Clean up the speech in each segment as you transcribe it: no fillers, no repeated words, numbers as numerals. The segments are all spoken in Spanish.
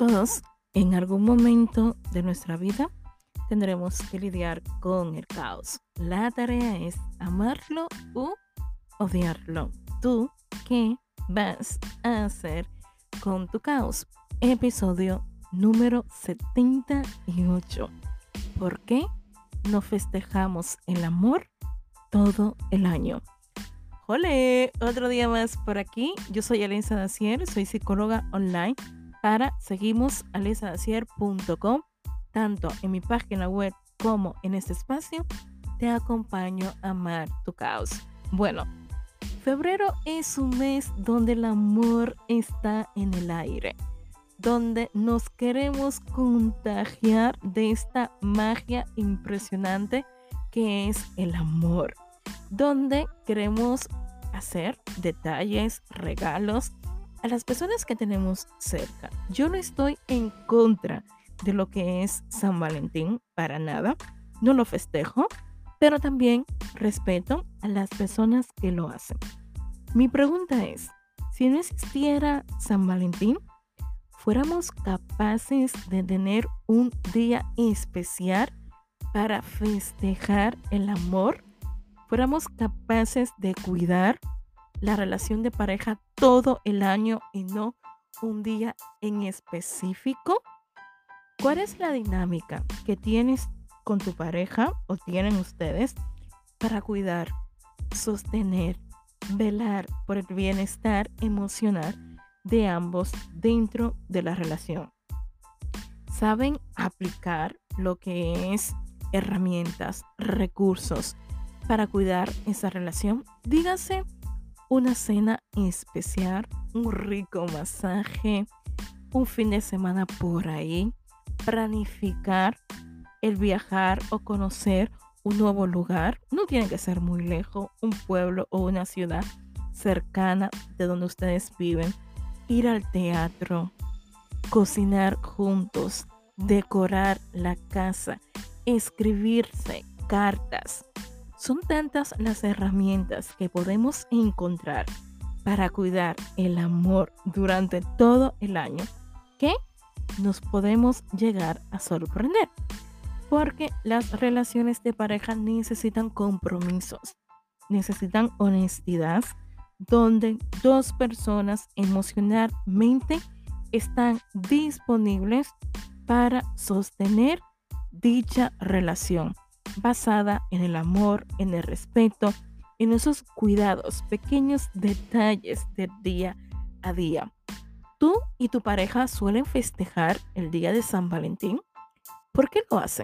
Todos, en algún momento de nuestra vida, tendremos que lidiar con el caos. La tarea es amarlo u odiarlo. ¿Tú qué vas a hacer con tu caos? Episodio número 78. ¿Por qué no festejamos el amor todo el año? ¡Ole! Otro día más por aquí. Yo soy Alenza Dacier, soy psicóloga online para seguimosalensadacier.com. Tanto en mi página web como en este espacio, te acompaño a amar tu caos. Bueno, febrero es un mes donde el amor está en el aire, donde nos queremos contagiar de esta magia impresionante que es el amor, donde queremos hacer detalles, regalos a las personas que tenemos cerca. Yo no estoy en contra de lo que es San Valentín, para nada, no lo festejo, pero también respeto a las personas que lo hacen. Mi pregunta es, si no existiera San Valentín, ¿fuéramos capaces de tener un día especial para festejar el amor? ¿Fuéramos capaces de cuidar la relación de pareja todo el año y no un día en específico? ¿Cuál es la dinámica que tienes con tu pareja o tienen ustedes para cuidar, sostener, velar por el bienestar emocional de ambos dentro de la relación? ¿Saben aplicar lo que es herramientas, recursos para cuidar esa relación? Dígase una cena especial, un rico masaje, un fin de semana por ahí, planificar el viajar o conocer un nuevo lugar. No tiene que ser muy lejos, un pueblo o una ciudad cercana de donde ustedes viven. Ir al teatro, cocinar juntos, decorar la casa, escribirse cartas. Son tantas las herramientas que podemos encontrar para cuidar el amor durante todo el año que nos podemos llegar a sorprender. Porque las relaciones de pareja necesitan compromisos, necesitan honestidad, donde dos personas emocionalmente están disponibles para sostener dicha relación, basada en el amor, en el respeto, en esos cuidados, pequeños detalles del día a día. ¿Tú y tu pareja suelen festejar el día de San Valentín? ¿Por qué lo hacen?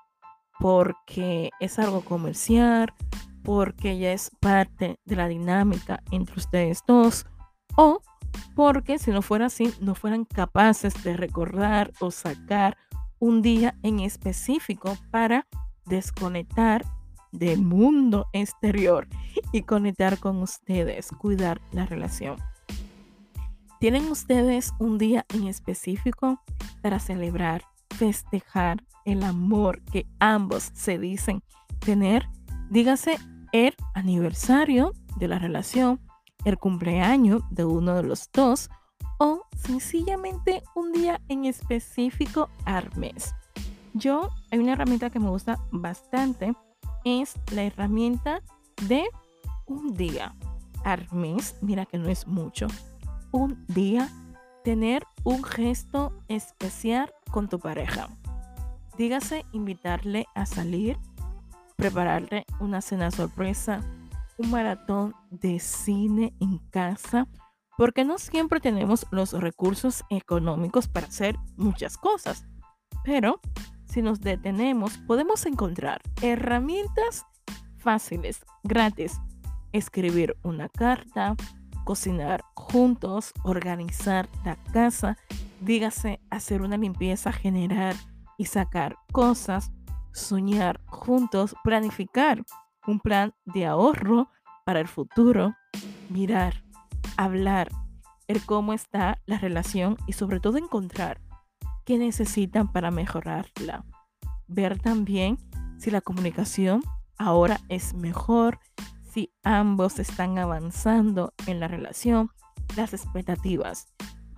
¿Porque es algo comercial? ¿Porque ya es parte de la dinámica entre ustedes dos? ¿O porque si no fuera así, no fueran capaces de recordar o sacar un día en específico para desconectar del mundo exterior y conectar con ustedes, cuidar la relación? ¿Tienen ustedes un día en específico para celebrar, festejar el amor que ambos se dicen tener? Dígase el aniversario de la relación, el cumpleaños de uno de los dos o sencillamente un día en específico al mes. Hay una herramienta que me gusta bastante, es la herramienta de un día al mes. Mira que no es mucho. Un día, tener un gesto especial con tu pareja. Dígase invitarle a salir, prepararle una cena sorpresa, un maratón de cine en casa, porque no siempre tenemos los recursos económicos para hacer muchas cosas. Pero si nos detenemos, podemos encontrar herramientas fáciles, gratis. Escribir una carta, cocinar juntos, organizar la casa, dígase hacer una limpieza general y sacar cosas, soñar juntos, planificar un plan de ahorro para el futuro, mirar, hablar, el cómo está la relación y sobre todo encontrar qué necesitan para mejorarla. Ver también si la comunicación ahora es mejor, si ambos están avanzando en la relación, las expectativas.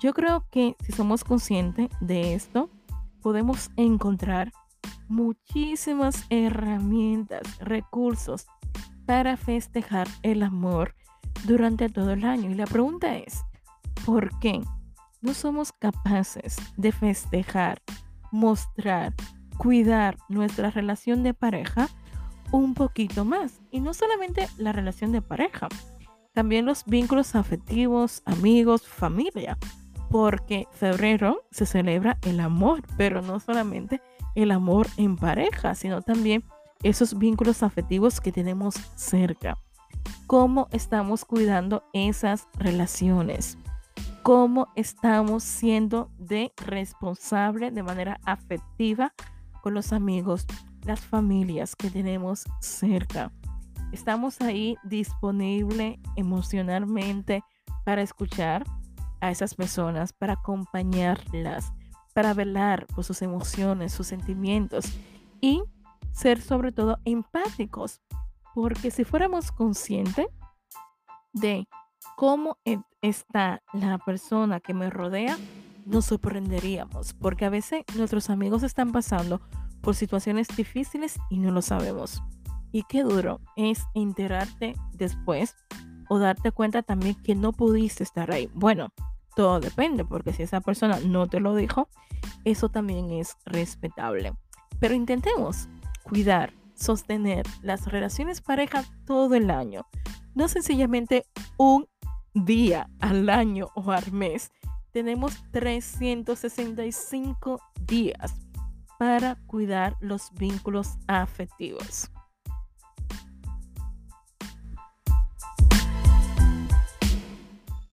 Yo creo que si somos conscientes de esto, podemos encontrar muchísimas herramientas, recursos para festejar el amor durante todo el año. Y la pregunta es, ¿por qué no somos capaces de festejar, mostrar, cuidar nuestra relación de pareja un poquito más? Y no solamente la relación de pareja, también los vínculos afectivos, amigos, familia, porque febrero se celebra el amor, pero no solamente el amor en pareja, sino también esos vínculos afectivos que tenemos cerca. ¿Cómo estamos cuidando esas relaciones? ¿Cómo estamos siendo de responsable de manera afectiva con los amigos, las familias que tenemos cerca? ¿Estamos ahí disponible emocionalmente para escuchar a esas personas, para acompañarlas, para velar por sus emociones, sus sentimientos y ser sobre todo empáticos? Porque si fuéramos conscientes de cómo está la persona que me rodea, nos sorprenderíamos, porque a veces nuestros amigos están pasando por situaciones difíciles y no lo sabemos. Y qué duro es enterarte después o darte cuenta también que no pudiste estar ahí. Bueno, todo depende, porque si esa persona no te lo dijo, eso también es respetable. Pero intentemos cuidar, sostener las relaciones pareja todo el año, no sencillamente un día al año o al mes. Tenemos 365 días para cuidar los vínculos afectivos.